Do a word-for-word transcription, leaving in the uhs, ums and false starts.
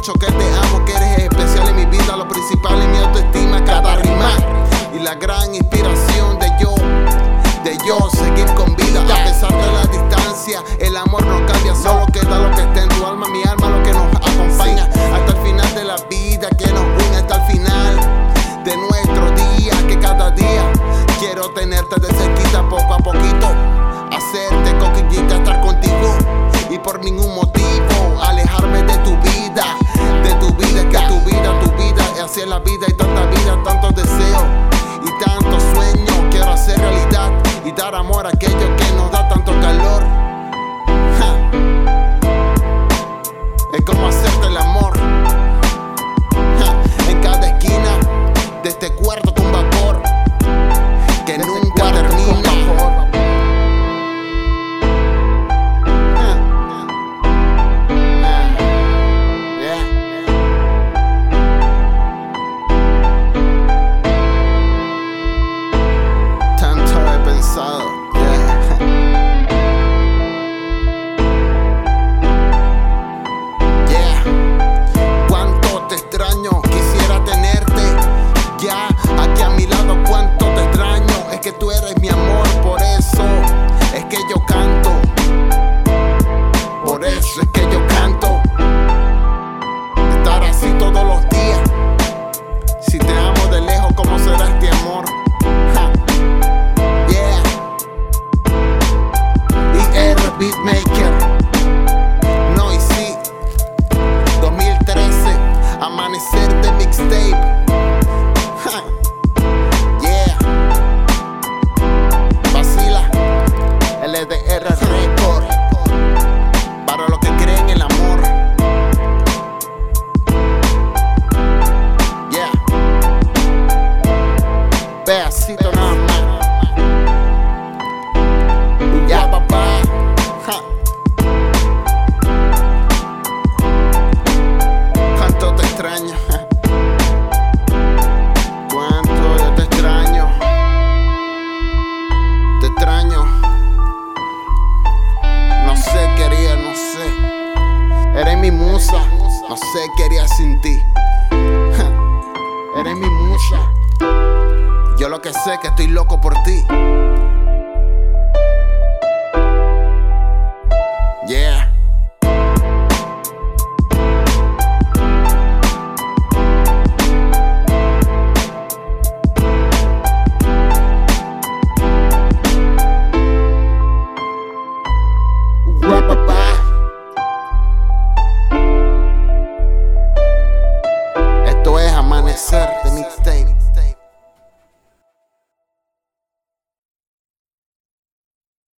mucho que te amo, que eres especial en mi vida, lo principal en mi autoestima, cada rima y la gran inspiración de yo, de yo seguir con vida a pesar de la distancia. El amor no cambia, solo queda lo que está en tu alma, mi alma, lo que nos acompaña hasta el final de la vida, que nos une hasta el final de nuestro día, que cada día quiero tenerte de cerquita, poco a poquito, hacerte coquillita, estar contigo y por ningún motivo alejarme de tu vida, de tu vida, que tu vida, tu vida, y así es la vida y tanta vida, tantos deseos y tantos sueños quiero hacer realidad y dar amor a aquello que nos da tanto calor. Ja. Es como hacerte el amor. Ja. En cada esquina de este cuarto con vapor que de nunca termina. Que tú eres mi amor, por eso es que yo canto, por eso es que yo canto, estar así todos los días. Si te amo de lejos, ¿cómo será este amor? Ja. Yeah. Y R Beatmaker, no y sí, dos mil trece, amanecer de mixtape. Ja. L D R Record, para los que creen en el amor. Yeah. Pedacito nada más. Ya, papá. Ja. Cuánto te extraño. Cuánto yo te extraño. Te extraño. No sé, quería, no sé. Eres mi musa, no sé, quería sin ti. Ja. Eres mi musa. Yo lo que sé es que estoy loco por ti. Yeah. Rap